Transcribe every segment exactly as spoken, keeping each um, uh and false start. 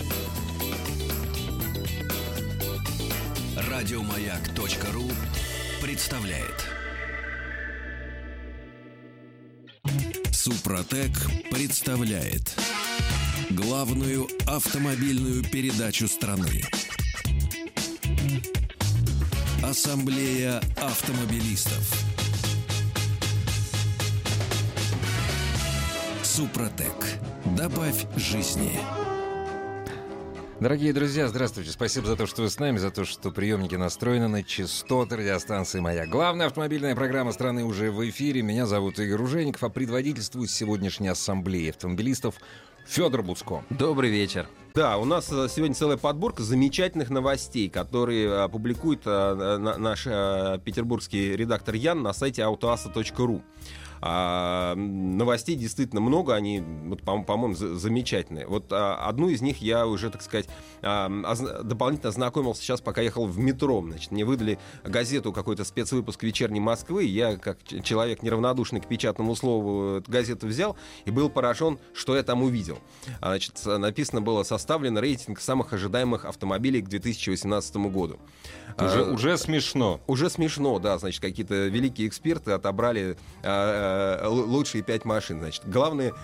Радиомаяк.ру представляет. Супротек представляет главную автомобильную передачу страны. Ассамблея автомобилистов. Супротек. Добавь жизни. Дорогие друзья, здравствуйте. Спасибо за то, что вы с нами, за то, что приемники настроены на частоты радиостанции «Маяк». Главная автомобильная программа страны уже в эфире. Меня зовут Игорь Ужеников, а предводительствует сегодняшней ассамблеи автомобилистов Федор Буцко. Добрый вечер. Да, у нас сегодня целая подборка замечательных новостей, которые публикует наш петербургский редактор Ян на сайте autoasa точка ру. А, новостей действительно много, они, вот, по- по-моему, за- замечательные. Вот а, одну из них я уже, так сказать, а, озна- дополнительно ознакомился сейчас, пока ехал в метро. Значит, мне выдали газету, какой-то спецвыпуск «Вечерней Москвы». Я, как ч- человек неравнодушный к печатному слову, эту газету взял и был поражен, что я там увидел. А, значит, написано было: составлен рейтинг самых ожидаемых автомобилей к две тысячи восемнадцатому году. Уже, а, уже смешно. Уже смешно, да, значит, какие-то великие эксперты отобрали а, лучшие пять машин, значит. Главное,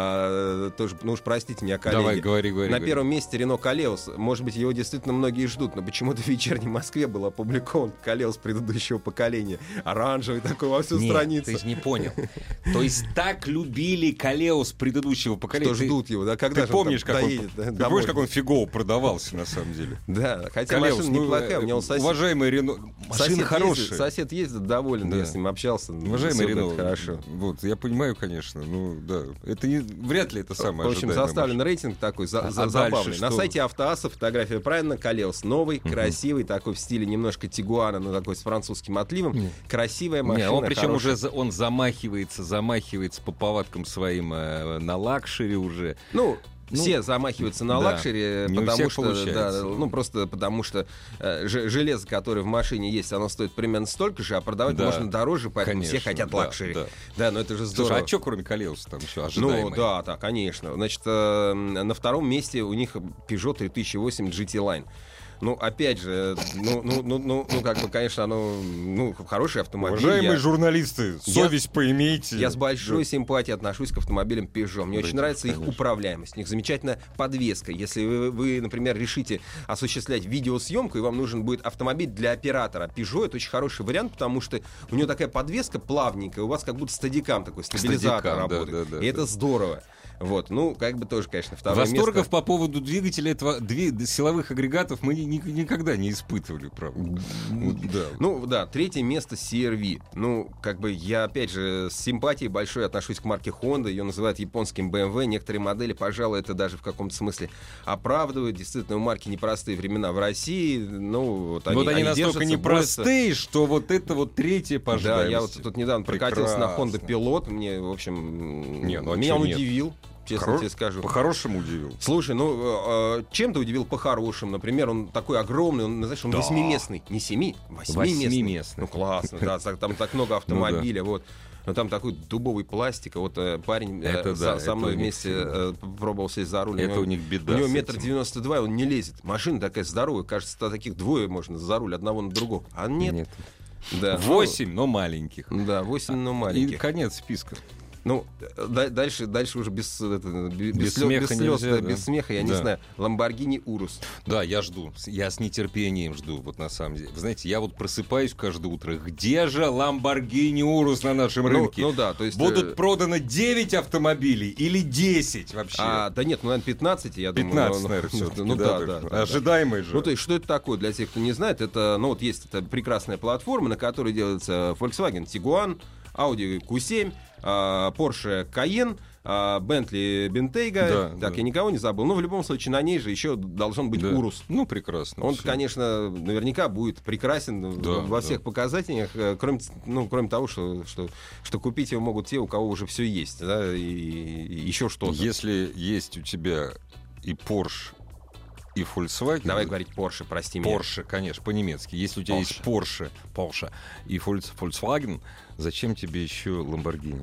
а, тоже, ну уж простите меня, коллеги. Давай, говори, говори. На говори. первом месте Рено Колеус. Может быть, его действительно многие ждут, но почему-то в «Вечерней Москве» был опубликован Колеус предыдущего поколения. Оранжевый такой во всю Нет, страницу. ты же не понял. То есть так любили Колеус предыдущего поколения. Что ждут его, да? Когда Ты же он помнишь, там как он, доедет, да, ты домой? помнишь, как он фигово продавался, на самом деле? Да, хотя Колеус, машина ну, неплохая, у меня у соседа. уважаемый Рено... Сосед Машина хорошая. ездит, сосед ездит доволен, Да. я с ним общался. Уважаемый Всё Рено, это хорошо. вот, я понимаю, конечно, ну, да, это не, вряд ли это самое В общем, ожидаемое составлен машина. рейтинг такой за, А за- дальше забавный. На что? сайте Автоаса фотография правильно. Колеус новый, Мгм. красивый, такой в стиле немножко Тигуана, но такой с французским отливом. Не. Красивая машина. Не, он причем хорошая. уже за- он замахивается, замахивается по повадкам своим э, на лакшери уже. Ну, Ну, все замахиваются на да. лакшери, Не у потому всех что, получается. да, ну просто потому что э, ж- железо, которое в машине есть, оно стоит примерно столько же, а продавать Да. можно дороже, поэтому Конечно, все хотят да, лакшери. да. Да, но это же здорово. Слушай, а что кроме Колеуса там еще Ну, ожидаемое? да, да, конечно. Значит, э, на втором месте у них Peugeot три тысячи восемь джи ти Line. Ну, опять же, ну, ну, ну, ну, ну, как бы, конечно, оно, ну, хороший автомобиль. Уважаемые Я- журналисты, Я- совесть поимейте. Я с большой симпатией отношусь к автомобилям Peugeot. Мне Да, очень нравится их конечно. управляемость, у них замечательная подвеска. Если вы, вы, например, решите осуществлять видеосъемку, и вам нужен будет автомобиль для оператора, Peugeot — это очень хороший вариант, потому что у нее такая подвеска плавненькая, у вас как будто стадикам такой, стабилизатор Стадикам, да, работает. да, да, и да. это здорово. Вот, ну, как бы тоже, конечно, второе Восторгов место. по поводу двигателя этого дви- силовых агрегатов мы ни- ни- никогда не испытывали, правда. Вот, да. Ну, да, третье место си ар ви. Ну, как бы я, опять же, с симпатией большой отношусь к марке Honda. Ее называют японским бэ эм вэ. Некоторые модели, пожалуй, это даже в каком-то смысле оправдывают. Действительно, у марки непростые времена в России. Ну, вот они, вот они, настолько держатся, непростые, что вот это вот третье по борются. Да, я ожидаемости. вот тут недавно прокатился на Прекрасно. Honda Pilot. Мне, в общем, Не, ну а меня чё он нет? удивил. Честно Хоро- тебе скажу. По-хорошему удивил. Слушай, ну, э, чем-то удивил по-хорошему. Например, он такой огромный, он, знаешь, он Да. восьмиместный. Не семи, восьмиместный. Восьмиместный. Ну, классно, да, так- там так много автомобиля, вот. Но там такой дубовый пластик. А вот э, парень э, Это со, да, со это мной у них вместе э, пробовал сесть за руль. Это него, у них беда У него с метр этим. девяносто два, и он не лезет. Машина такая здоровая, кажется, таких двое можно за руль, одного на другого. А нет. Нет. Да, Восемь, но маленьких. ну, да, восемь, но И маленьких. конец списка. Ну, да- дальше, дальше уже без, это, без, Без слез, смеха без, слез, нельзя, да, да. без смеха, я не Да. знаю. Lamborghini Urus. Да, я жду. Я с нетерпением жду, вот на самом деле. Вы знаете, я вот просыпаюсь каждое утро. Где же Lamborghini Urus на нашем Ну, рынке? ну да, то есть... Будут э, продано девять автомобилей или десять вообще? А, да нет, ну, наверное, пятнадцать, я пятнадцать, думаю. ну, наверное, ну, все-таки. Ну, да, так? да, да, да. Ожидаемый же. Ну, то есть, что это такое, для тех, кто не знает, это, ну, вот есть эта прекрасная платформа, на которой делается Volkswagen Tiguan, Audi кью семь, а, Porsche Cayenne, а, Bentley Bentayga. Да, так, да. я никого не забыл. Но в любом случае на ней же еще должен быть Да. Urus. Ну, прекрасно. Он, всё. конечно, наверняка будет прекрасен Да, во да. всех показателях, э, кроме, ну, кроме того, что, что, что купить его могут те, у кого уже все есть, да, и, и еще что-то. Если есть у тебя и Porsche, и Volkswagen... Давай говорить Porsche, прости меня. Porsche, конечно, по-немецки. Если у тебя есть Porsche, Porsche и Volks- Volkswagen, зачем тебе еще Lamborghini?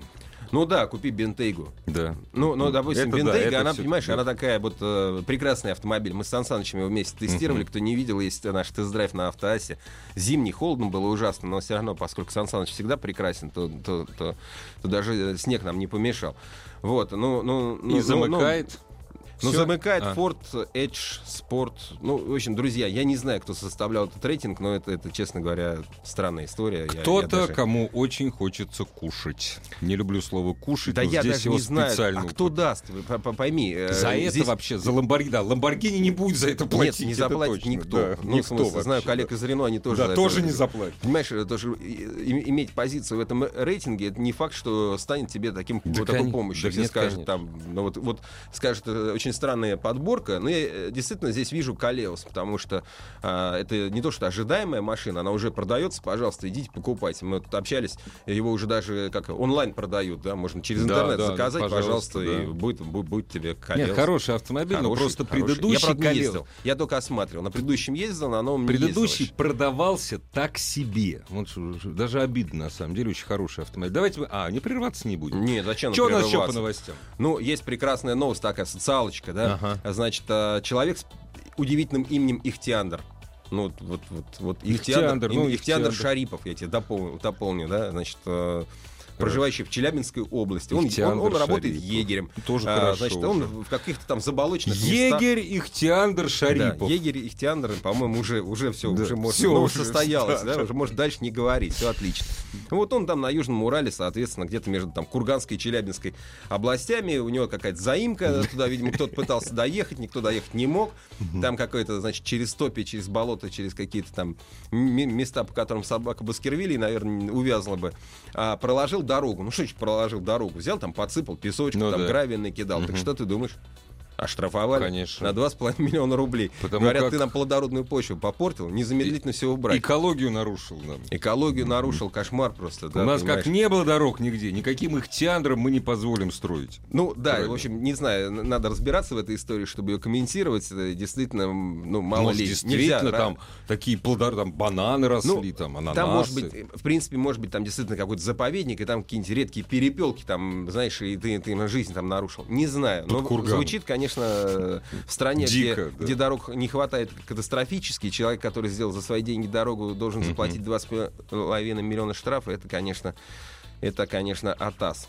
Ну да, купи Бентейгу. Да. Ну, ну допустим, Это да, Бентейга, это она, всё- понимаешь, да. она такая вот э, прекрасный автомобиль. Мы с Сан Санычем его вместе тестировали. Мгм. Кто не видел, есть наш тест-драйв на Автоассе. Зимний, холодно было ужасно, но все равно, поскольку Сан Саныч всегда прекрасен, то, то, то, то даже снег нам не помешал. Вот, ну, ну, ну, И ну, замыкает. Ну, Всё? замыкает А. Ford Edge Sport. Ну, в общем, друзья, я не знаю, кто составлял этот рейтинг, но это, это честно говоря, странная история. Я- я Кто-то, даже- кому очень хочется кушать. Не люблю слово «кушать», Да но я здесь даже его не знаю, специально а кто упомянул. даст? Вы по- по- пойми. э, За это здесь- вообще, за Ламборгини, да, Ламборгини не будет за это платить. Нет, не это заплатит точно, никто. да, Ну, никто в смысле, вообще, знаю коллег да. из Рено, они тоже Да, за это- тоже не заплатят. Понимаешь, это же и- и- иметь позицию в этом рейтинге, это не факт, что станет тебе таким Да, вот такой конечно. помощью. Да Все нет, скажут конечно. там, ну вот, вот скажут, э, очень странная подборка. Но я э, действительно здесь вижу Калеус, потому что а, это не то, что ожидаемая машина, она уже продается, пожалуйста, идите покупайте. Мы тут общались, его уже даже как онлайн продают, да, можно через Да, интернет да, заказать, пожалуйста, пожалуйста, и да. будет, будет, будет тебе Калеус. Нет, хороший автомобиль, но Хороший, просто хороший. предыдущий Я, правда, не Калеус. ездил. Я только осматривал. На предыдущем ездил, на новом не Предыдущий ездил. продавался так себе. Вот что, что, даже обидно, на самом деле, очень хороший автомобиль. Давайте мы... А, не прерваться не будем. Нет, зачем Что у нас еще по прерываться? новостям? Ну, есть прекрасная новость, такая социалочка, да? Ага. Значит, э, человек с удивительным именем Ихтиандр. Ну, вот, вот, вот, вот Ихтиандр, Ихтиандр, ну, им- Ихтиандр Ихтиандр. Шарипов, я тебе дополню, дополню, да? Значит, э, проживающий в Челябинской области. Он, он, Ихтиандр он работает Шарипов. егерем. Тоже А, хорошо значит, уже. он в каких-то там заболоченных местах. Егерь Ихтиандр Шарипов. Да, егерь Ихтиандр, по-моему, уже, уже все, Да, уже может, всё ну, уже, состоялось, да, да, да. уже может дальше не говорить, все отлично. Ну, вот он там на Южном Урале, соответственно, где-то между там Курганской и Челябинской областями, у него какая-то заимка, туда, видимо, кто-то пытался доехать, никто доехать не мог. Там какое-то, значит, через топи, через болото, через какие-то там м- места, по которым собака Баскервилей, наверное, увязла бы, а, проложил дорогу. Ну, что значит проложил дорогу? Взял там, подсыпал песочку, Ну там да. гравий накидал. Так Мгм. что ты думаешь? Оштрафовали Конечно. на два с половиной миллиона рублей. Потому Говорят, как- ты нам плодородную почву попортил, незамедлительно все убрать. Экологию нарушил нам. Экологию нарушил, кошмар просто. Да, У нас понимаешь? как не было дорог нигде, никаким Ихтиандрам мы не позволим строить. Ну да, Правильно. в общем, не знаю, н- надо разбираться в этой истории, чтобы ее комментировать. Это действительно, м, ну, мало Может, ли. действительно, Нельзя, там такие плодородные, там бананы росли, там ананасы. Там может быть, в принципе, может быть, там действительно какой-то заповедник, и там какие-нибудь редкие перепелки, там, знаешь, и ты, ты им жизнь там нарушил. Не знаю. Под Но курганом. звучит, конечно, в стране, Дико, где, да. где дорог не хватает катастрофически. Человек, который сделал за свои деньги дорогу, должен Мгм. заплатить два с половиной миллиона штрафа. Это, конечно, это, конечно, атас.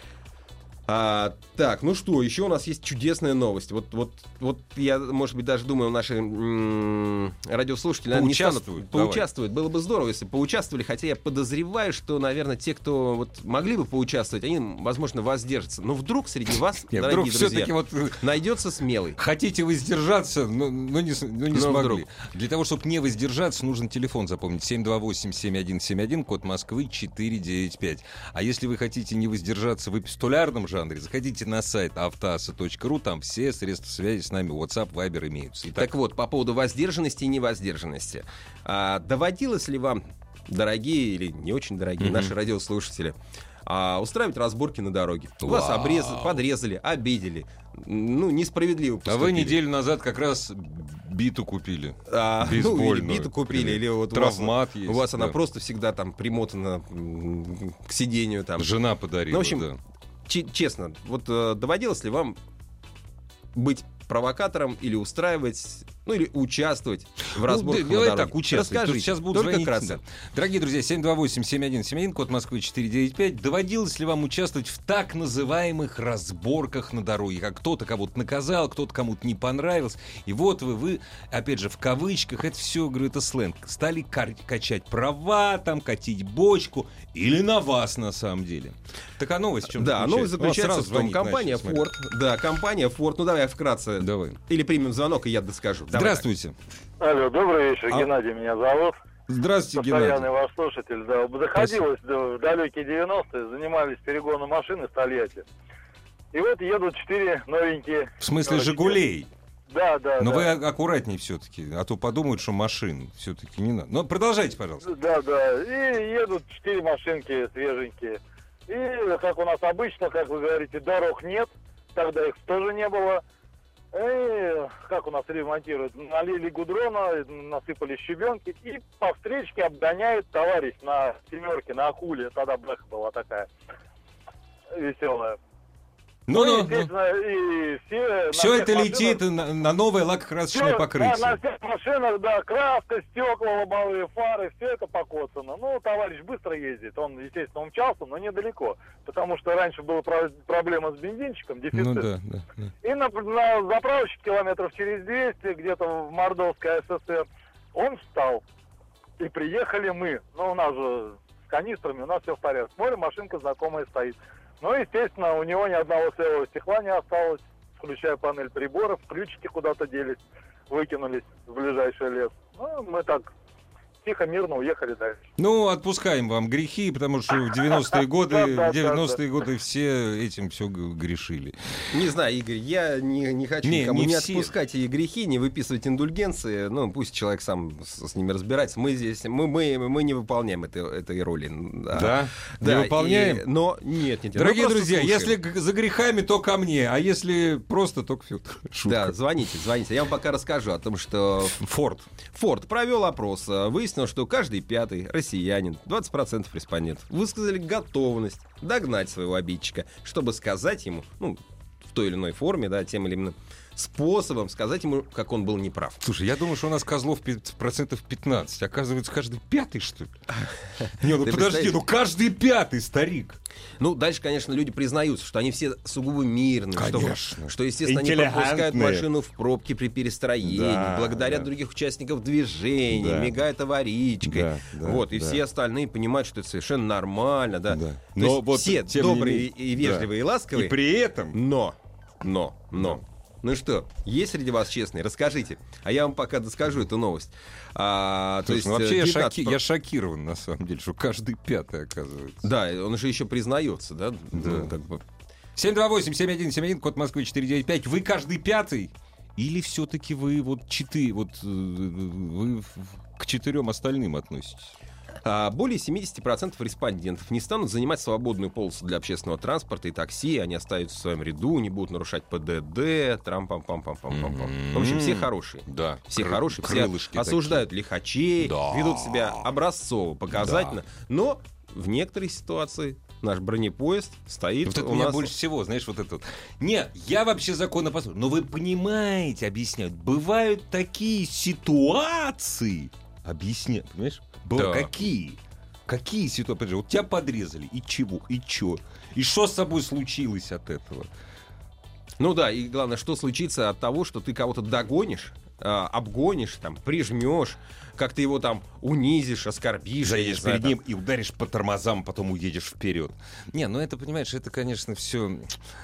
А, так, ну что, еще у нас есть чудесная новость. Вот, вот, вот я, может быть, даже думаю, наши м- радиослушатели наверное, не станут Поучаствуют, давай. поучаствовать. Было бы здорово, если бы поучаствовали, хотя я подозреваю, что, наверное, те, кто вот могли бы поучаствовать, они, возможно, воздержатся. Но вдруг среди вас, Нет, дорогие вдруг друзья, все-таки вот э, найдется смелый. хотите воздержаться, но, но не, с- но не Но смогли. вдруг. Для того, чтобы не воздержаться, нужен телефон запомнить. семь два восемь семь один семь один, код Москвы четыре девять пять. А если вы хотите не воздержаться в эпистолярном жанре, заходите на сайт автоаса точка ру, там все средства связи с нами, WhatsApp, Viber имеются. Итак, Так вот, по поводу воздержанности и невоздержанности. А, доводилось ли вам, дорогие или не очень дорогие Мгм. наши радиослушатели, а, устраивать разборки на дороге? Вас Вау. обрезали, подрезали, обидели. Ну, несправедливо а вы поступили. неделю назад как раз биту купили. А, ну, или бейсбольную, биту купили, например. или вот у вас, Травмат есть. у вас она да. просто всегда там примотана м, к сидению там. Жена подарила, Ну, в общем, да. Че- честно, вот э, доводилось ли вам быть провокатором или устраивать, ну или участвовать в разборках Ну, на давай дороге? так, участвовать. Тут Расскажите, сейчас будут только звонить. кратко. Да. Дорогие друзья, семь два восемь семь один семь один, код Москвы четыре девять пять. Доводилось ли вам участвовать в так называемых разборках на дороге? Как кто-то кого-то наказал, кто-то кому-то не понравился. И вот вы, вы, опять же, в кавычках, это все, говорю, это сленг, стали кар- качать права, там, катить бочку. Или на вас, на самом деле. Так а новость в чем Да, новость заключается сразу в том, звонить компания начали, смотрю. Ford, да, компания Ford, ну давай я вкратце, Давай. или примем звонок, и я доскажу. Давай Здравствуйте. Алло, добрый вечер, А- Геннадий меня зовут. Здравствуйте, Постоянный Геннадий. ваш слушатель. Да. Доходилось до, в далекие девяностые, занимались перегоном машины в Тольятти. И вот едут четыре новенькие. В смысле Короче, «Жигулей». Да, да, Но да. вы а- аккуратнее все-таки, а то подумают, что машин все-таки не надо. Но продолжайте, пожалуйста. Да, да. И едут четыре машинки свеженькие. И, как у нас обычно, как вы говорите, дорог нет. Тогда их тоже не было. И, как у нас ремонтируют, налили гудрона, насыпали щебенки. И по встречке обгоняет товарищ на семерке, на акуле. Тогда бэха была такая. веселая. Ну, Ну, ну, естественно, и все... все на это всех летит машинах- на, на новое лакокрасочное Всё, покрытие. Да, на всех машинах, да, краска, стекла, лобовые фары, все это покоцано. Ну, товарищ быстро ездит, он, естественно, умчался, но недалеко. Потому что раньше была про- проблема с бензинчиком, дефицит. Ну да, да, да. И на, на заправочке километров через двести, где-то в Мордовской ССР, он встал. И приехали мы. Ну, у нас же с канистрами, у нас все в порядке. Смотрим, машинка знакомая стоит. Ну, естественно, у него ни одного целого стекла не осталось, включая панель приборов, ключики куда-то делись, выкинулись в ближайший лес. Ну, мы так тихо, мирно уехали дальше. Ну, отпускаем вам грехи, потому что в девяностые годы, Да, да, в девяностые годы все этим все грешили. Не знаю, Игорь, я не, не хочу Не, никому не не все. отпускать и грехи, не выписывать индульгенции. Ну, пусть человек сам с, с ними разбирается. Мы здесь, мы, мы, мы не выполняем этой, этой роли. Да, Да? Да, Не выполняем? и- но нет, нет, нет. Дорогие Мы просто друзья, слушаем. если г- за грехами, то ко мне, а если просто, то к Фёдору. Да, звоните, звоните. Я вам пока расскажу о том, что Форд. Форд провел опрос. Выяснил, что каждый пятый россиянин, двадцать процентов респондентов, высказали готовность догнать своего обидчика, чтобы сказать ему, ну, в той или иной форме, да, тем или иным способом сказать ему, как он был неправ. Слушай, я думал, что у нас козлов пи- процентов пятнадцать. Оказывается, каждый пятый, что ли? Не, ну Ты подожди, представляешь? ну каждый пятый, старик. Ну, дальше, конечно, люди признаются, что они все сугубо мирные, что, Конечно. что, естественно, они Интеллигентные. пропускают машину в пробке при перестроении, Да, благодарят да. других участников движения, Да. мигают аварийкой. Да, да, вот, и да. все остальные понимают, что это совершенно нормально, да. Да. То Но есть вот, все тем не добрые менее, и вежливые, и ласковые, И при этом... но, но, но. Ну что, есть среди вас честные? Расскажите. А я вам пока доскажу эту новость. А, то Слушай, есть, ну, вообще я, девятнадцать шоки- я шокирован, на самом деле, что каждый пятый, оказывается. Да, он же еще признается, да? Ну, как бы. семь два восемь семь один семь один, код Москвы четыре девять пять. Вы каждый пятый? Или все-таки вы вот четыре, вот э, вы в- к четырем остальным относитесь? А более семьдесят процентов респондентов не станут занимать свободную полосу для общественного транспорта и такси, они остаются в своем ряду, не будут нарушать ПДД, трам-пам-пам-пам-пам-пам. В общем, все хорошие. Да. Все Кры- хорошие, все крылышки осуждают лихачей, Да. ведут себя образцово, показательно, но в некоторой ситуации наш бронепоезд стоит Вот это у меня нас... больше всего, знаешь, вот это вот. Нет, я вообще законопослушный. Но вы понимаете, объясняют, бывают такие ситуации. Объясняют, понимаешь? Бывают Да. какие? Какие ситуации? Подожди, вот тебя подрезали. И чего? И чё? И что с собой случилось от этого? Ну да, и главное, что случится от того, что ты кого-то догонишь, а, обгонишь, там, прижмешь, как ты его там унизишь, оскорбишь. я не Заедешь знаю, перед там. ним и ударишь по тормозам, потом уедешь вперед. Не, ну это, понимаешь, это, конечно, все.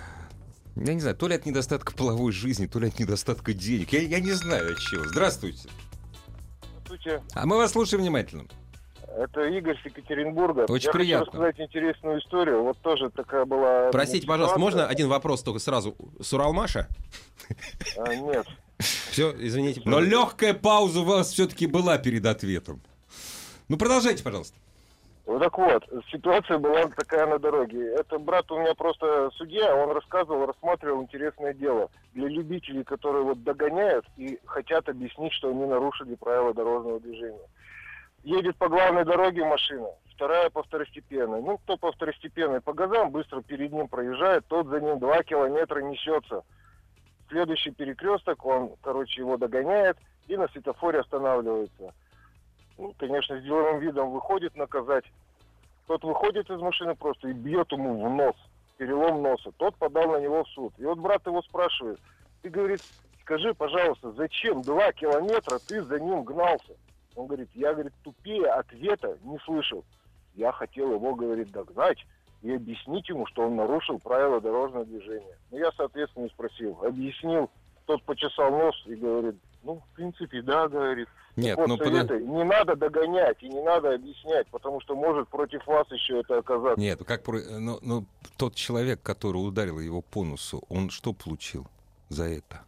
Я не знаю, то ли от недостатка половой жизни, то ли от недостатка денег. Я, я не знаю от чего. Здравствуйте. Здравствуйте, А мы вас слушаем внимательно. это Игорь с Екатеринбурга. Очень Я приятно. хочу рассказать интересную историю. Вот тоже такая была... Простите, ситуация. пожалуйста, можно один вопрос только сразу? Суралмаша? А, нет. Все, извините. Но пожалуйста. легкая пауза у вас все-таки была перед ответом. Ну, продолжайте, пожалуйста. Вот так вот, ситуация была такая на дороге. Это брат у меня просто судья, он рассказывал, рассматривал интересное дело. Для любителей, которые вот догоняют и хотят объяснить, что они нарушили правила дорожного движения. Едет по главной дороге машина, вторая по второстепенной. Ну, кто по второстепенной по газам, быстро перед ним проезжает, тот за ним два километра несется. Следующий перекресток, он, короче, его догоняет и на светофоре останавливается. Ну, конечно, с деловым видом выходит наказать. Тот выходит из машины просто и бьет ему в нос, перелом носа. Тот подал на него в суд. И вот брат его спрашивает, ты, говорит, скажи, пожалуйста, зачем два километра ты за ним гнался? Он говорит, я, говорит, тупее ответа не слышал. Я хотел его, говорит, догнать и объяснить ему, что он нарушил правила дорожного движения. Ну, я, соответственно, и спросил, объяснил. Тот почесал нос и говорит, ну, в принципе, да, говорит. Нет, Вот ну советы, не надо догонять и не надо объяснять, потому что может против вас еще это оказаться. Нет, как про... но, но тот человек, который ударил его по носу, он что получил за это?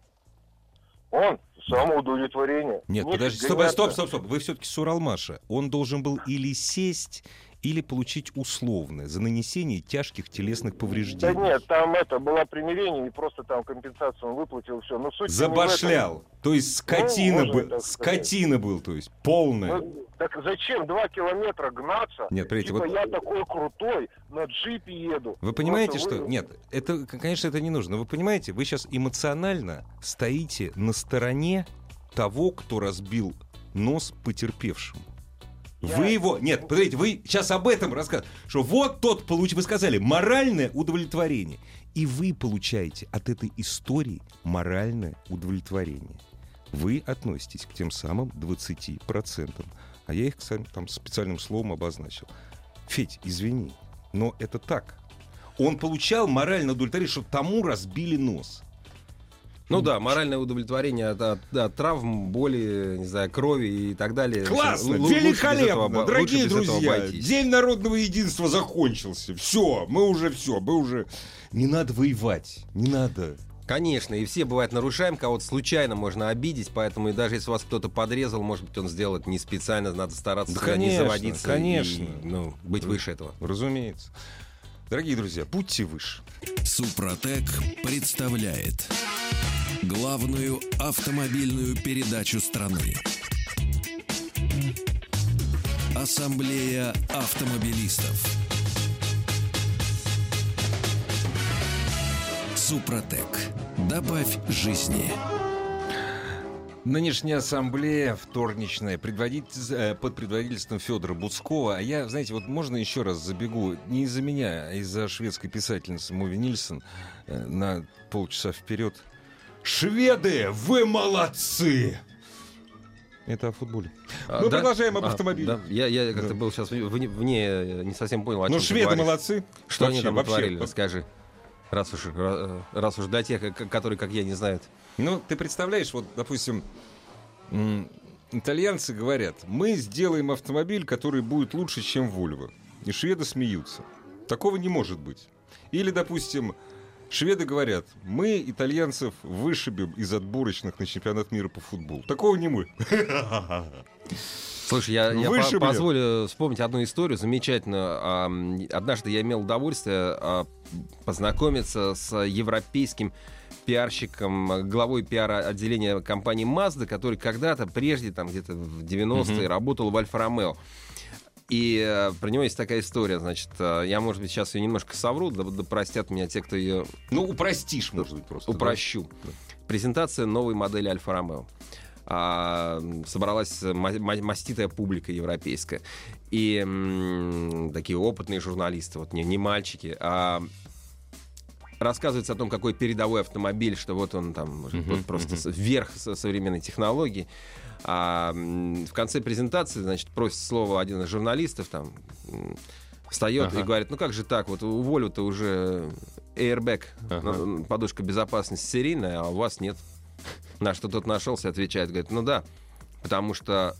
Он самоудовлетворение. Нет, Нефиг подожди, стоп, гоняться. стоп, стоп, стоп. Вы все-таки Суралмаша. Он должен был или сесть, или получить условное за нанесение тяжких телесных повреждений? Да нет, там это было примирение, и просто там компенсацию он выплатил, все. Но суть Забашлял. То есть скотина, Ну, был, можно так скотина был, то есть полная. Ну, так зачем два километра гнаться? Нет, смотрите, типа вот- я такой крутой, на джипе еду. Вы понимаете, Просто что... вы- Нет, это, конечно, это не нужно. Вы понимаете, вы сейчас эмоционально стоите на стороне того, кто разбил нос потерпевшему. Я- Вы его... Нет, подождите, вы сейчас об этом рассказываете. Что вот тот получил... Вы сказали, моральное удовлетворение. И вы получаете от этой истории моральное удовлетворение. Вы относитесь к тем самым двадцати процентам. А я их, кстати, там специальным словом обозначил. Федь, извини, но это так. Он получал моральное удовлетворение, что тому разбили нос. Ну да, моральное удовлетворение от, от- от травм, боли, не знаю, крови и так далее. Классно, Лу- лучше без великолепно, этого обо- дорогие лучше без этого друзья. обойтись. День народного единства закончился. Все, мы уже все, мы уже... Не надо воевать, не надо. Конечно, и все, бывает, нарушаем, кого-то случайно можно обидеть, поэтому и даже если вас кто-то подрезал, может быть, он сделал это не специально, надо стараться Да, сюда не конечно, заводиться конечно. и ну, быть выше этого. Разумеется. Дорогие друзья, будьте выше. Супротек представляет главную автомобильную передачу страны. Ассамблея автомобилистов. Супротек. Добавь жизни. Нынешняя ассамблея вторничная предводитель- э, под предводительством Федора Буцкова. А я, знаете, вот можно еще раз забегу, не из-за меня, а из-за шведской писательницы Мови Нильсон э, на полчаса вперед. Шведы, вы молодцы! Это о футболе. А, Мы да? продолжаем об А, автомобиле. да. Я, я как-то Да. был сейчас вне, вне, не совсем понял, о чем Ну, ты шведы говоришь. молодцы. Что они Вообще, там вообще. натворили, расскажи. Раз уж, ра- раз уж для тех, к- которые, как я, не знают. Ну, ты представляешь, вот, допустим, м, итальянцы говорят, мы сделаем автомобиль, который будет лучше, чем Volvo. И шведы смеются. Такого не может быть. Или, допустим, шведы говорят, мы итальянцев вышибем из отборочных на чемпионат мира по футболу. Такого не мы. Слушай, я, я Выше, по- блин. позволю вспомнить одну историю замечательную. А, Однажды я имел удовольствие а, познакомиться с европейским пиарщиком, главой пиар-отделения компании Mazda, который когда-то, прежде, там где-то в девяностые, Мгм. работал в Альфа-Ромео. И э, про него есть такая история, значит, э, я, может быть, сейчас ее немножко совру, да, да простят меня те, кто ее Ну, упростишь, может быть, просто. упрощу. Презентация новой модели Альфа-Ромео. А, собралась ма- ма- маститая публика европейская. И м, такие опытные журналисты, вот не, не мальчики, а рассказывается о том, какой передовой автомобиль, что вот он там, может, Мгм, вот просто мгм. с- верх со- современной технологии. А м, в конце презентации, значит, просит слово один из журналистов, там, м, встает Ага. и говорит, ну как же так, вот у Volvo-то уже airbag, Ага. ну, подушка безопасности серийная, а у вас нет. На что тот нашелся, отвечает, говорит, ну да, потому что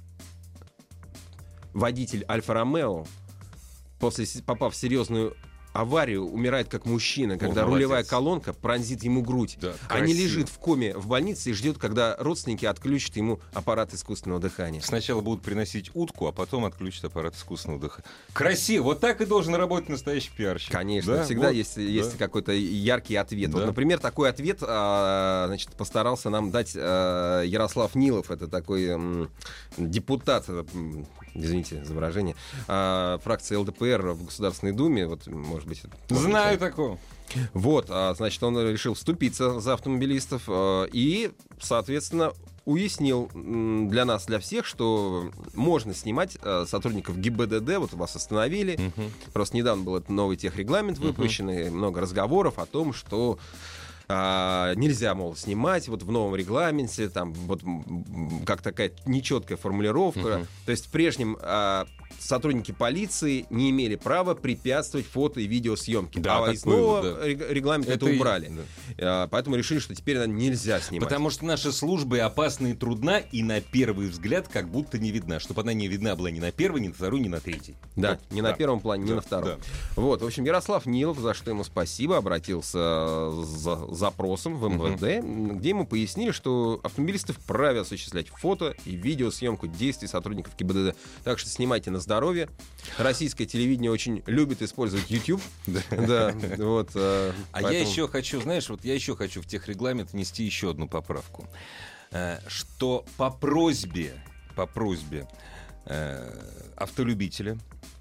водитель Альфа-Ромео, после, с- попав в серьезную аварию, умирает как мужчина, когда молодец. рулевая колонка пронзит ему грудь. Да, а не красиво. лежит в коме в больнице и ждет, когда родственники отключат ему аппарат искусственного дыхания. Сначала будут приносить утку, а потом отключат аппарат искусственного дыхания. Красиво. Вот так и должен работать настоящий пиарщик. Конечно, Да, всегда вот, есть, есть да. какой-то яркий ответ. Да. Вот, например, такой ответ а, значит, постарался нам дать а, Ярослав Нилов. Это такой м, депутат, м, извините за выражение, а, фракции эл дэ пэ эр в Государственной Думе. Вот, может быть, это- Знаю такого. Вот, а, значит, он решил вступиться за автомобилистов а, и, соответственно, уяснил м, для нас, для всех, что можно снимать а, сотрудников гэ и бэ дэ дэ. Вот вас остановили. Мгм. Просто недавно был этот новый техрегламент выпущенный, много разговоров о том, что а, нельзя, мол, снимать вот в новом регламенте, там вот м, как такая нечеткая формулировка. Мгм. То есть в прежнем а, сотрудники полиции не имели права препятствовать фото и видеосъемке. Да, а так из было, нового да. рег- регламента это, и- убрали. да. А, поэтому решили, что теперь наверное, нельзя снимать. Потому что наша служба и опасна, и трудна, и на первый взгляд как будто не видна. Чтобы она не видна была ни на первый, ни на второй, ни на третий. Да, Вот, не на первом плане, не Да, на втором. да. Вот, в общем, Ярослав Нилов, за что ему спасибо, обратился за запросом в эм вэ дэ, где ему пояснили, что автомобилисты вправе осуществлять фото и видеосъемку действий сотрудников гэ и бэ дэ дэ. Так что снимайте на на здоровье. Российское телевидение очень любит использовать YouTube. Да, вот. А я еще хочу, знаешь, вот я еще хочу в техрегламент внести еще одну поправку. Что по просьбе, по просьбе автолюбителя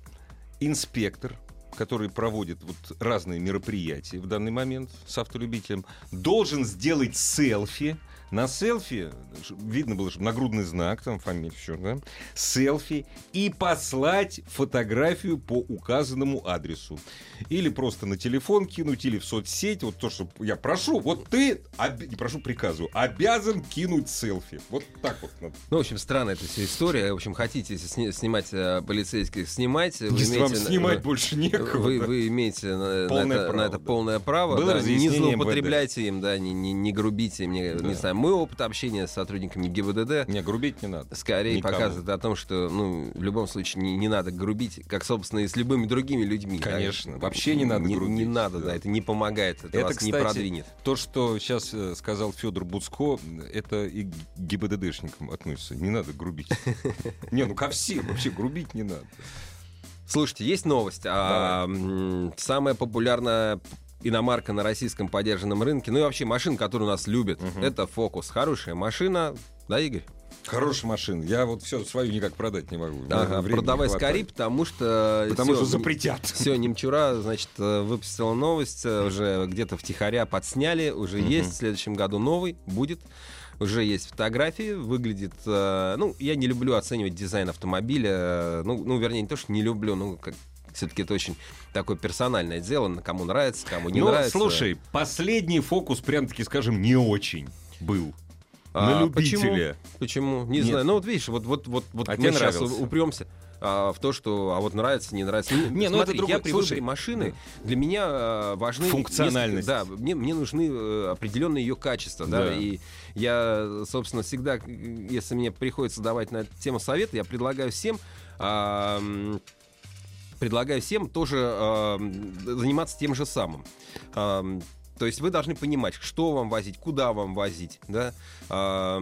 инспектор, который проводит вот разные мероприятия в данный момент с автолюбителем, должен сделать селфи. На селфи, видно было, что нагрудный знак, там фамилия, все, да? Селфи, и послать фотографию по указанному адресу. Или просто на телефон кинуть, или в соцсеть. Вот то, что я прошу, вот ты, об... не прошу, приказываю, обязан кинуть селфи. Вот так вот. Ну, в общем, странная эта вся история. В общем, хотите сни- снимать э, полицейских, снимайте. Вы Если имеете, вам снимать вы, больше некого. Вы, да. вы имеете на, полное на, это, право, на это да. полное право. Было Да, не злоупотребляйте им, да, не, не, не грубите им. Не, Да. не знаю, мой опыт общения с сотрудниками ГИБДД Не, грубить не надо. скорее Никому. показывает о том, что ну, в любом случае не, не надо грубить, как, собственно, и с любыми другими людьми. Конечно, да. вообще не надо не, грубить. Не надо, да. Да. это не помогает, это, Это, вас кстати, не продвинет. То, что сейчас э, сказал Федор Буцко, это и к ГИБДДшникам относится. Не надо грубить. Не, ну ко всем вообще грубить не надо. Слушайте, есть новость. А, м, самая популярная иномарка на российском подержанном рынке, ну и вообще машин, которые у нас любят, Мгм. это Focus. Хорошая машина, да, Игорь? Хорошая машина. Я вот все свою никак продать не могу. Ага, Времени продавай не хватает. скорее, потому что... Потому всё, что запретят. Все, Немчура, значит, э, выпустила новость, э, уже где-то втихаря подсняли, уже Мгм. есть, в следующем году новый будет. Уже есть фотографии, выглядит... э, ну, я не люблю оценивать дизайн автомобиля, э, ну, ну, вернее, не то, что не люблю, ну, как... Все-таки это очень такое персональное дело, кому нравится, кому не ну, нравится. слушай, последний фокус, прям-таки скажем, не очень был. На А, любителя. Почему? Почему? Не Нет. знаю. Ну вот видишь, вот, вот, вот, вот А мы тебе сейчас нравился? упремся а, в то, что а вот нравится, не нравится. Не, ну Смотри, это другой- я при выборе слушай, машины, для меня а, важны Функциональность. несколько- Да, мне, мне нужны э, определенные ее качества, да. Да. И я, собственно, всегда, если мне приходится давать на эту тему совет, я предлагаю всем а, м, предлагаю всем тоже а, заниматься тем же самым. А, То есть вы должны понимать, что вам возить, куда вам возить, да, а,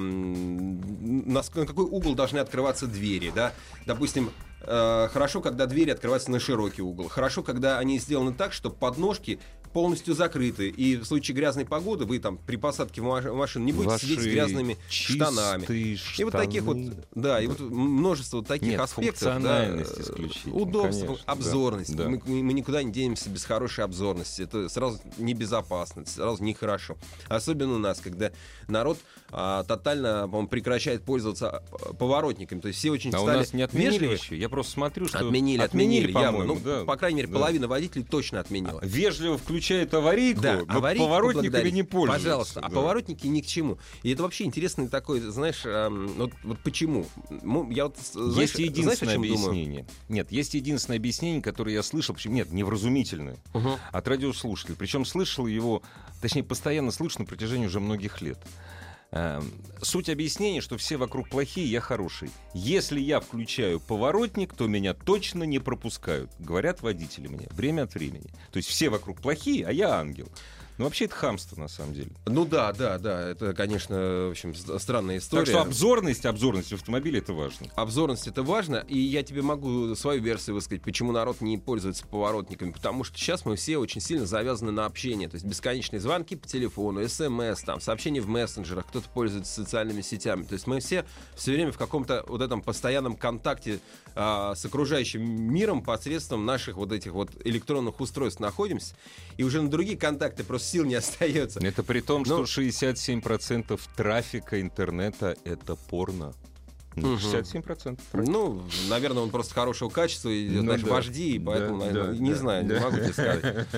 на, ск- на какой угол должны открываться двери, да. Допустим, э, хорошо, когда двери открываются на широкий угол. Хорошо, когда они сделаны так, что подножки полностью закрыты. И в случае грязной погоды вы там при посадке в маш- в машину не будете Ваши сидеть с грязными штанами. чистые И вот таких вот, штаны. да, и вот множество вот таких Нет, аспектов. Да, функциональность исключительно, удобство, конечно, обзорность. да, да. Мы, мы никуда не денемся без хорошей обзорности. Это сразу небезопасно, это сразу нехорошо. Особенно у нас, когда народ а, тотально, по-моему, прекращает пользоваться а, поворотниками. То есть все очень А у стали нас не отменили вежливы. еще? Я просто смотрю, что... Отменили, отменили, явно. по-моему, Ну, да. по крайней мере, Да. половина водителей точно отменила. Вежливо включает аварийку, Да, но аварийку поворотниками поблагодарить. не пользуются. Пожалуйста, а Да. поворотники ни к чему. И это вообще интересный такой, знаешь, эм, вот, вот почему? М, Я вот, знаешь, Есть знаешь, единственное о чем думаю? объяснение. Нет, есть единственное объяснение, которое я слышал, причем нет, невразумительное, Мгм. от радиослушателей. Причем слышал его, точнее, постоянно слышу на протяжении уже многих лет. Эм, Суть объяснения, что все вокруг плохие, я хороший. Если я включаю поворотник, то меня точно не пропускают, говорят водители мне время от времени. То есть все вокруг плохие, а я ангел. Но вообще это хамство, на самом деле. Ну да, да, да, это, конечно, в общем, с- странная история. Так что обзорность, обзорность автомобиля — это важно. Обзорность — это важно, и я тебе могу свою версию высказать, почему народ не пользуется поворотниками. Потому что сейчас мы все очень сильно завязаны на общение. То есть бесконечные звонки по телефону, смс, там, сообщения в мессенджерах, кто-то пользуется социальными сетями. То есть мы все все время в каком-то вот этом постоянном контакте а, с окружающим миром посредством наших вот этих вот электронных устройств находимся. И уже на другие контакты просто сил не остается. Это при том, что Ну- шестьдесят семь процентов трафика интернета — это порно. Ну, Мгм. шестьдесят семь процентов трафика. Ну, наверное, он просто хорошего качества, и, Ну знаешь, да. вожди, и поэтому, Да, наверное, да, не да, знаю, да. не могу тебе сказать.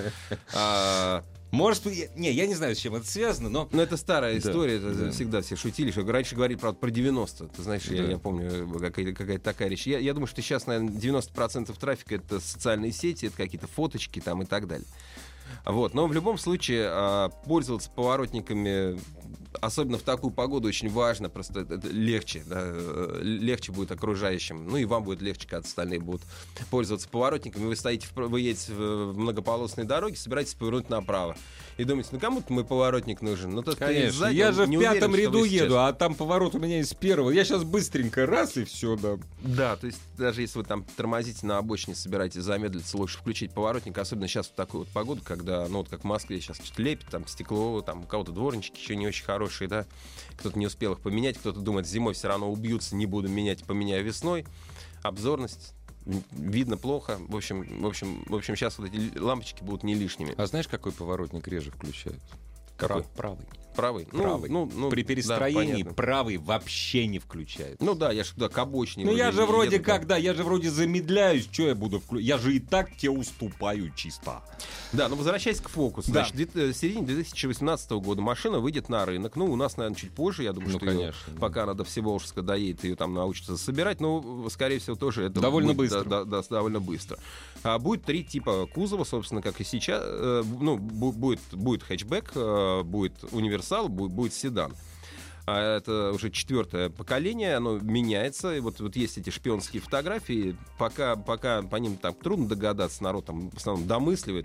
А, Может, я- не, я не знаю, с чем это связано, но... Ну, это старая Да, история, это да. всегда все шутили, что раньше говорили, правда, про девяносто. Ты знаешь, я, Да. я помню, какая-то, какая-то такая речь. Я, я думаю, что сейчас, наверное, девяносто процентов трафика — это социальные сети, это какие-то фоточки там и так далее. Вот. Но в любом случае а, пользоваться поворотниками особенно в такую погоду очень важно, просто это легче, да, легче будет окружающим, ну и вам будет легче, когда остальные будут пользоваться поворотниками. Вы стоите, вы едете в многополосной дороге, собираетесь повернуть направо. И думаете, ну кому-то мой поворотник нужен. Ну, конечно, сзади, я же в пятом уверен, ряду еду, сейчас... а там поворот у меня из первого. Я сейчас быстренько раз и все, да. Да, то есть даже если вы там тормозите на обочине, собираетесь замедлиться, лучше включить поворотник, особенно сейчас в такую вот погоду, когда, ну вот как в Москве сейчас что-то лепит, там стекло, там у кого-то дворнички еще не очень хорошие, да, кто-то не успел их поменять, кто-то думает, зимой все равно убьются, не буду менять, поменяю весной. Обзорность. Видно плохо. В общем, в общем, в общем, сейчас вот эти лампочки будут не лишними. А знаешь, какой поворотник реже включают? Какой? Правый. Правый? Правый. Ну, ну, При перестроении да, правый вообще не включает. Ну да, я же туда к обочине. Ну я же вроде еду, как, да. да, я же вроде замедляюсь, что я буду включать? Я же и так тебе уступаю чисто. Да, ну возвращаясь к фокусу. Да. Значит, в середине две тысячи восемнадцатого года машина выйдет на рынок. Ну, у нас, наверное, чуть позже. Я думаю, ну, что конечно, ее, да. пока она до Всеволожска доедет, ее там научатся собирать. Но, скорее всего, тоже это довольно будет быстро. Да, да, да, довольно быстро. А будет три типа кузова, собственно, как и сейчас. Э, ну, будет, будет хэтчбэк, э, будет универсал, будет, будет седан. А это уже четвертое поколение, оно меняется. И вот, вот есть эти шпионские фотографии. Пока, пока по ним так трудно догадаться, народ там в основном домысливает.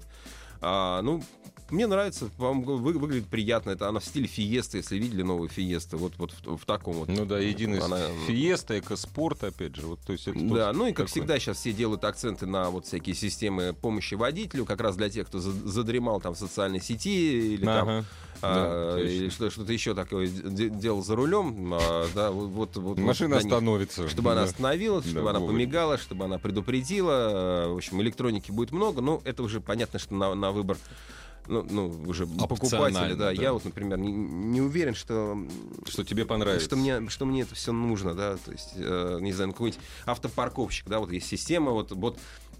А, ну, мне нравится, по-моему, вы, выглядит приятно. Это она в стиле Фиесты, если видели новую Фиесту, вот, вот в, в таком вот. Ну да, единый она... Фиеста, экоспорт, опять же. Вот, то есть это да, ну и как такой... всегда сейчас все делают акценты на вот всякие системы помощи водителю, как раз для тех, кто задремал там в социальной сети или ага. там... А, да, или что, что-то еще такое делал за рулем, а, да, вот, вот, машина вот остановится, них, чтобы да. она остановилась, чтобы да, она вовремя. помигала, чтобы она предупредила. В общем, электроники будет много, но это уже понятно, что на, на выбор. Ну, ну, уже покупатели, да. да. Я вот, например, не, не уверен, что... Что тебе понравится. Что мне, что мне это все нужно, да. То есть, э, не знаю, какой-нибудь автопарковщик, да, вот есть система, вот... вот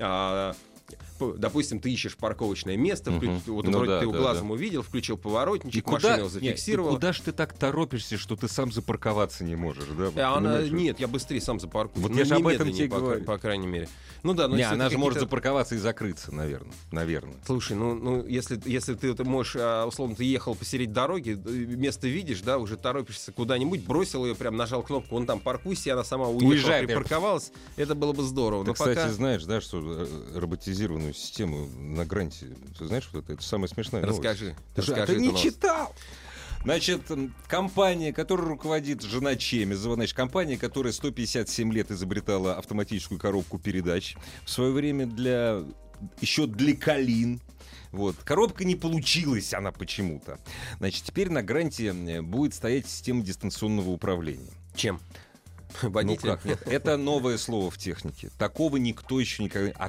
а, допустим, ты ищешь парковочное место, uh-huh. включ... вот ну, вроде да, ты его да, глазом да. увидел, включил поворотничек, машину его зафиксировал. Нет, куда ж ты так торопишься, что ты сам запарковаться не можешь, да? А она... Нет, я быстрее сам запаркую. Вот ну, я же об этом тебе по, говорю. По крайней мере. Ну да, но не, она же может запарковаться и закрыться, наверное. наверное. Слушай, ну, ну если, если ты, ты можешь, условно, ты ехал посередине дороги, место видишь, да, уже торопишься куда-нибудь, бросил ее, прям нажал кнопку, вон там паркуйся, и она сама уехала, припарковалась, это было бы здорово. Ты, но кстати, пока... знаешь, да, что роботизированную систему на гранте, ты знаешь, что это? Это самое смешное. Расскажи. Ты, расскажи, ты не читал? Значит, компания, которая руководит жена Чемизова, значит, компания, которая сто пятьдесят семь лет изобретала автоматическую коробку передач, в свое время для еще для Калин. Вот. Коробка не получилась, она почему-то. Значит, теперь на гранте будет стоять система дистанционного управления. Чем? Водитель. Ну как? Нет, это новое слово в технике. Такого никто еще никогда... А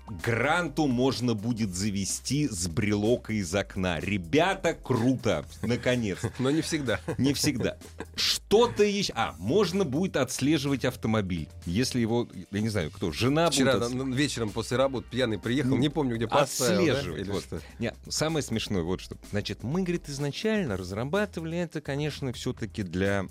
гранту можно будет завести с брелока из окна. Ребята, круто! Наконец. Но не всегда. Не всегда. Что-то еще... А, можно будет отслеживать автомобиль. Если его... Я не знаю, кто? Жена Вчера будет... Вчера вечером после работы пьяный приехал, не помню, где поставил. Отслеживать. Да? Вот. Что? Нет, самое смешное вот что. Значит, мы, говорит, изначально разрабатывали это, конечно, все-таки для...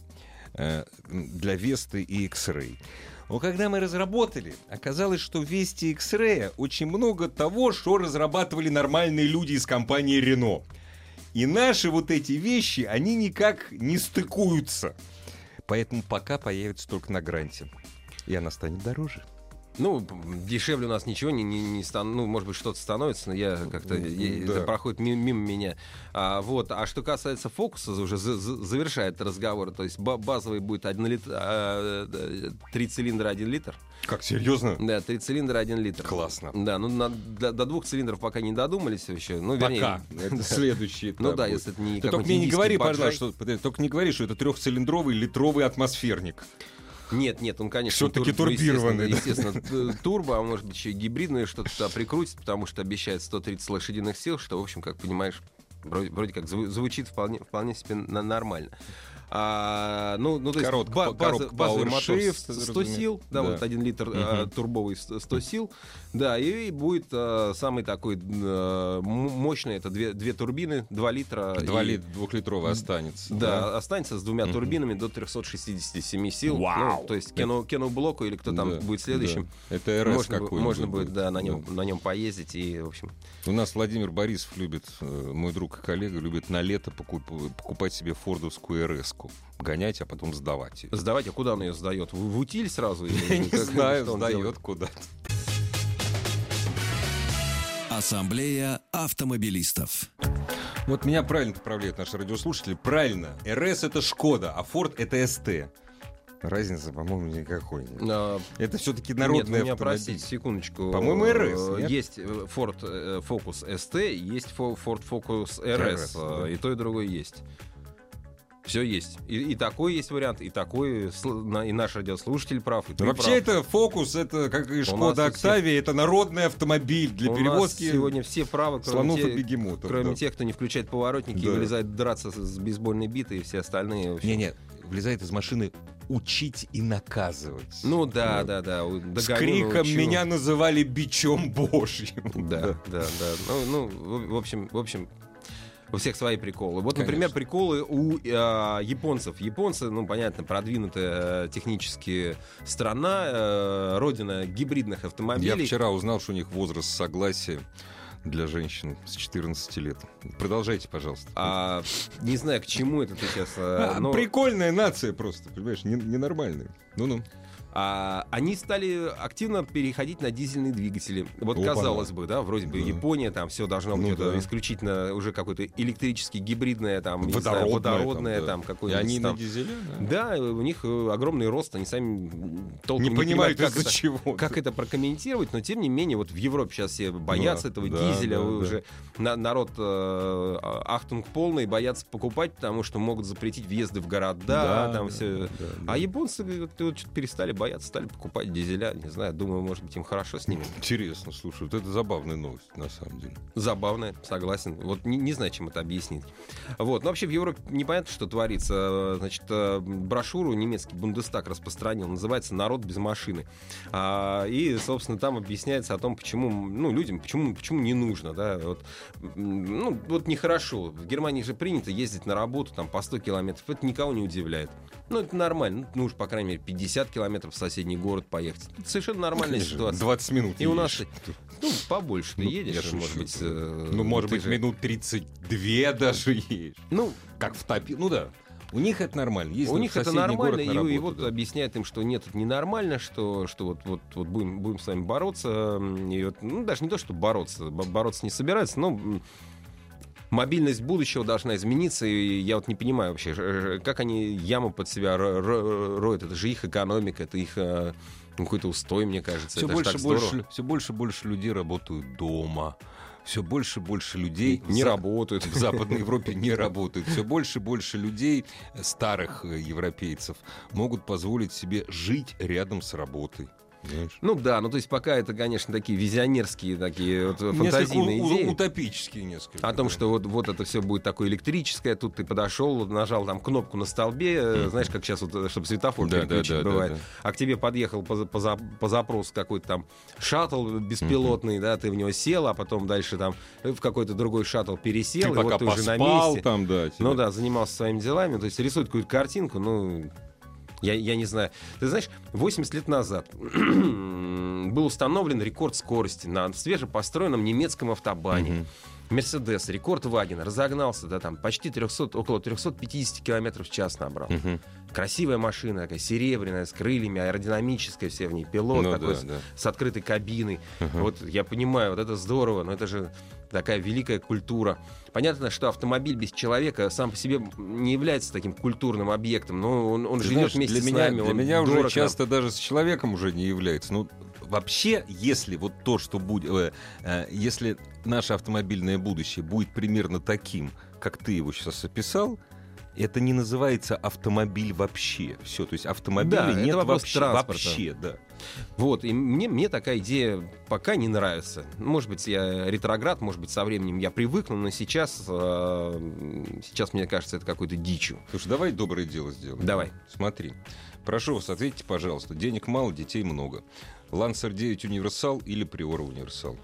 для Весты и X-Ray. Но когда мы разработали, оказалось, что в Весте и X-Ray очень много того, что разрабатывали нормальные люди из компании Renault. И наши вот эти вещи, они никак не стыкуются. Поэтому пока появится только на гранте. И она станет дороже. Ну, дешевле у нас ничего не, не, не станет. Ну, может быть, что-то становится, но я как-то... Да. Это проходит мимо, мимо меня. А, вот. А что касается фокуса, уже за, за, завершает разговор. То есть базовый будет один литр, а, три цилиндра, один литр. Как, серьезно? Да, три цилиндра, один литр. Классно. Да, ну на, до, до двух цилиндров пока не додумались еще. Ну, вернее, пока. Это следующий этап. Ну да, если это не ты только мне не говори, пожалуйста, что, только не говори, что это трехцилиндровый литровый атмосферник. Нет, нет, он, конечно, все-таки тур, турбированный. Естественно, естественно турбо, а может быть еще и гибридное что-то туда прикрутит, потому что обещает сто тридцать лошадиных сил, что, в общем, как понимаешь, вроде, вроде как звучит вполне, вполне себе нормально. А, ну, ну, то есть Коротко, ба- база- коробка базовый Power мотор Shift, сто разумеется. сил, да, Да. вот один литр а, Мгм. турбовый сто сто сил, да, и будет а, самый такой а, м- мощный, это две, две турбины, два литра. Два и- литра двухлитровый останется. Да, останется с двумя Мгм. турбинами до триста шестьдесят семь сил. Вау! Ну, то есть Кену, Кену Блоку или кто там Да, будет следующим. да. Это эр эс Можно, бу- какой-нибудь можно будет, да, на Да. нем, на нем поездить и, в общем. У нас Владимир Борисов любит, э, мой друг и коллега, любит на лето покуп- покупать себе фордовскую эр эс-ку. Гонять, а потом сдавать ее. Сдавать, а куда он ее сдает? В, в утиль сразу? или Я не как- знаю, что он сдает делает? куда-то. Ассамблея автомобилистов. Вот меня правильно поправляют наши радиослушатели. Правильно. эр эс — это Шкода, а Форд — это эс тэ. Разницы, по-моему, никакой нет. А, Это все-таки Нет, народный вы меня автомобиль. простите, секундочку. По-моему, эр эс, Э, нет? Есть э, Ford э, Focus эс тэ, есть Fo- Ford Focus эр эс. эр эс, э, да. И то, и другое есть. Все есть. И, и такой есть вариант, и такой, сл- на- и наш радиослушатель прав, и ты Ну, вообще прав. это Фокус, это как и нас Шкода у всех- Октавия, это народный автомобиль для У нас перевозки сегодня все правы, кроме, слонов и те- бегемотов. кроме да. тех, кто не включает поворотники и Да. вылезает драться с, с бейсбольной битой, и все остальные. в общем. Не-не, влезает из машины учить и наказывать. Ну да, Да. да, да. у- С догоню, криком научу. меня называли бичом божьим. Да, да, да. Ну, ну, в, в общем, в общем, у всех свои приколы. Вот, например, Конечно. приколы у э, японцев. Японцы, ну, понятно, продвинутая э, технически страна, э, родина гибридных Я автомобилей. вчера узнал, что у них возраст согласия для женщин с четырнадцати лет. Продолжайте, пожалуйста. А, не знаю, к чему это ты сейчас. э, А, но, Прикольная нация просто, понимаешь, не- ненормальная. Ну-ну. а, они стали активно переходить на дизельные двигатели. Вот Опа-на. казалось бы, да, вроде бы Да. Япония, там все должно быть Ну это да. исключительно уже какое-то электрически гибридное, там, не знаю, Водородная, водородное, да. там, И какое-нибудь они там. на дизеля? да? Да, у них э, огромный рост, они сами м, толком Не понимают, как из-за это, чего. как это прокомментировать, но тем не менее, вот в Европе сейчас все боятся Да, этого да, дизеля, да, вы да. уже на- народ э, ахтунг полный, боятся покупать, потому что могут запретить въезды в города, там все. да, да. А японцы говорят, вот что-то перестали бояться, стали покупать дизеля, не знаю, думаю, может быть, им хорошо с ними. Интересно, слушай, вот это забавная новость, на самом деле. Забавно, согласен. Вот не, не знаю, чем это объяснить. Вот. Но вообще в Европе непонятно, что творится. Значит, э, брошюру немецкий Бундестаг распространил, называется «Народ без машины». А, и, собственно, там объясняется о том, почему, ну, людям, почему, почему не нужно, да, вот, м, ну, вот нехорошо. В Германии же принято ездить на работу там по сто километров, это никого не удивляет. Ну, это нормально, ну, уж, по крайней мере, пятьдесят километров в соседний город поехать. Это совершенно нормальная Конечно, ситуация. двадцать минут И у нас, едешь. ну, побольше ты Ну, едешь, я шучу. может быть... э, Ну, может ты быть, же- минут тридцать две даже едешь. Ну, Как в топе. Ну да. У них это нормально. Ездить у в них это соседний нормально, город и, на и работу, вот да. объясняет им, что нет, это ненормально, что, что вот, вот, вот будем, будем с вами бороться. И вот, ну, даже не то, что бороться, бо- бороться не собираются, но м, мобильность будущего должна измениться, и я вот не понимаю вообще, ж- ж- как они яму под себя ро- ро- роют, это же их экономика, это их э, ну, какой-то устой, мне кажется. Все это ж больше, так здорово. больше, все больше и больше людей работают дома. Все больше и больше людей Не в За- работают. в Западной Европе не работают. Все больше и больше людей, э, старых э, европейцев, могут позволить себе жить рядом с работой. Понимаешь? Ну да, ну то есть пока это, конечно, такие визионерские, такие вот Несколько фантазийные у- идеи. утопические несколько. О том, да. что вот, вот это все будет такое электрическое, тут ты подошел, нажал там кнопку на столбе, э, знаешь, как сейчас, вот, чтобы светофор Да, переключить да, да, бывает, да, а к тебе подъехал по, за- по, за- по запросу какой-то там шаттл беспилотный, да, ты в него сел, а потом дальше там в какой-то другой шаттл пересел, Ты и пока вот ты уже на поспал месте. там, да. тебе- Ну да, занимался своими делами, то есть рисует какую-то картинку, ну... Я, я не знаю. Ты знаешь, восемьдесят лет назад был установлен рекорд скорости на свежепостроенном немецком автобане. Мгм. Мерседес, рекорд Вагена, разогнался, да, там почти триста, около триста пятьдесят километров в час набрал. Мгм. Красивая машина, такая серебряная, с крыльями, аэродинамическая, все в ней, пилот Ну такой да, с, да. с открытой кабиной. Ага. Вот я понимаю, вот это здорово, но это же такая великая культура. Понятно, что автомобиль без человека сам по себе не является таким культурным объектом, но он, он Ты живет знаешь, вместе для с меня, нами. Для он меня дорог уже нам. часто даже с человеком уже не является. Ну, вообще, если вот то, что будет... э, э, если наше автомобильное будущее будет примерно таким, как ты его сейчас описал, это не называется автомобиль вообще. Все, то есть автомобиля Да, нет это вопрос вообще, транспорта. вообще, да. Вот, и мне, мне такая идея пока не нравится. Может быть, я ретроград, может быть, со временем я привыкну, но сейчас, э, сейчас мне кажется, это какой-то дичью. Слушай, давай доброе дело сделаем. Давай. Смотри. Прошу вас, ответьте, пожалуйста. Денег мало, детей много. Лансер девять Универсал или Приора Универсал?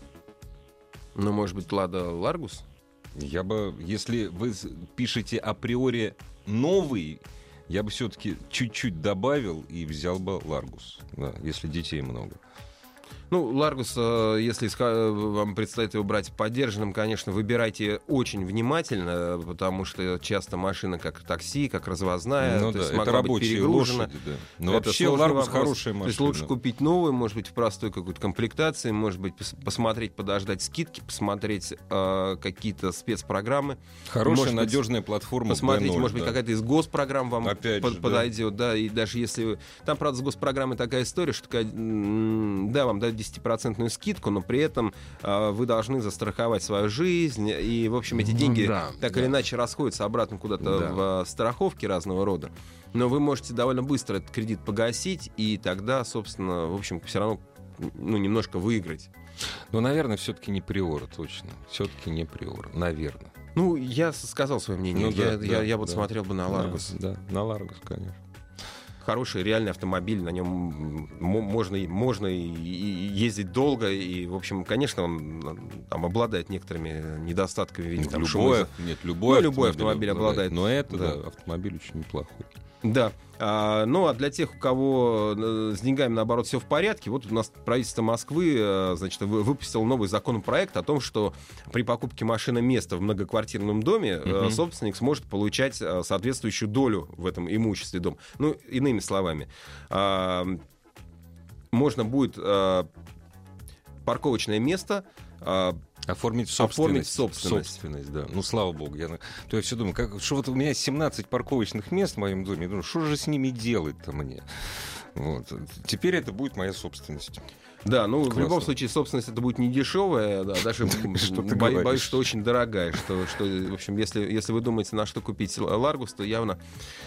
Ну, может быть, Лада Ларгус? Я бы, если вы пишете априори новый, я бы все-таки чуть-чуть добавил и взял бы Ларгус, да, если детей много. Ну, Ларгус, э, если ска- вам предстоит его брать подержанным, конечно, выбирайте очень внимательно, потому что часто машина как такси, как развозная, Ну то да, есть это могла быть рабочие перегружена. лошади, да. Но Это вообще сложный Ларгус вопрос. хорошая машина. То есть лучше да. купить новую, может быть, в простой какой-то комплектации, может быть, пос- посмотреть, подождать скидки, посмотреть э, какие-то спецпрограммы. Хорошая, может быть, надежная платформа. Посмотрите, бэ ноль, может быть, да. какая-то из госпрограмм вам Опять под- же, да. подойдет, да. И даже если вы... Там, правда, с госпрограммой такая история, что такая, м, да, вам дают десятипроцентную скидку, но при этом э, вы должны застраховать свою жизнь, и, в общем, эти Ну деньги да, так да. или иначе расходятся обратно куда-то Да. в э, страховки разного рода. Но вы можете довольно быстро этот кредит погасить, и тогда, собственно, в общем, все равно ну, немножко выиграть. Ну, наверное, все-таки не Приора, точно. Все-таки не Приора, наверное. Ну, я с- сказал свое мнение. Ну да, я, да, я, я вот да. смотрел бы на Ларгус. Да, да, на Ларгус, конечно. Хороший реальный автомобиль, на нем м- можно, и- можно и, и ездить долго, и, в общем, конечно, он там обладает некоторыми недостатками в виде там, любой, шума. нет, любой, Ну, любой автомобиль обладает. Но это, Да. да, автомобиль очень неплохой. Да. А, ну, а для тех, у кого э, с деньгами, наоборот, все в порядке, вот у нас правительство Москвы, э, значит, вы- выпустило новый законопроект о том, что при покупке машины места в многоквартирном доме э, Мгм. собственник сможет получать э, соответствующую долю в этом имуществе дома. Ну, иными словами, а, можно будет э, парковочное место э, Оформить собственность. Оформить собственность. Собственность, да. Ну, слава богу. Я, на- то я все думаю, как, что вот у меня семнадцать парковочных мест в моем доме. Я думаю, что же с ними делать-то мне? Вот. Теперь это будет моя собственность. Да, ну в Классно. любом случае собственность это будет не дешевая, да, даже м, Что ты бо- говоришь? боюсь, что очень дорогая. Что, что, в общем, если, если вы думаете, на что купить Ларгус, то явно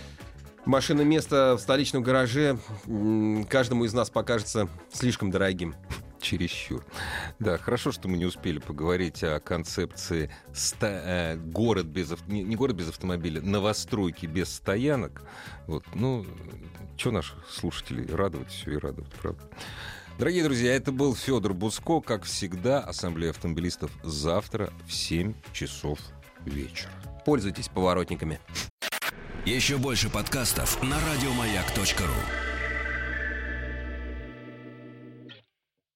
машина место в столичном гараже м, каждому из нас покажется слишком дорогим. Чересчур. Да, хорошо, что мы не успели поговорить о концепции ста- э, город без ав- не, не город без автомобиля, новостройки без стоянок. Вот, ну, что наших слушателей радовать, все и радовать, правда. Дорогие друзья, это был Федор Буско, как всегда, Ассамблея автомобилистов завтра в семь часов вечера. Пользуйтесь поворотниками. Еще больше подкастов на радиомаяк точка ру.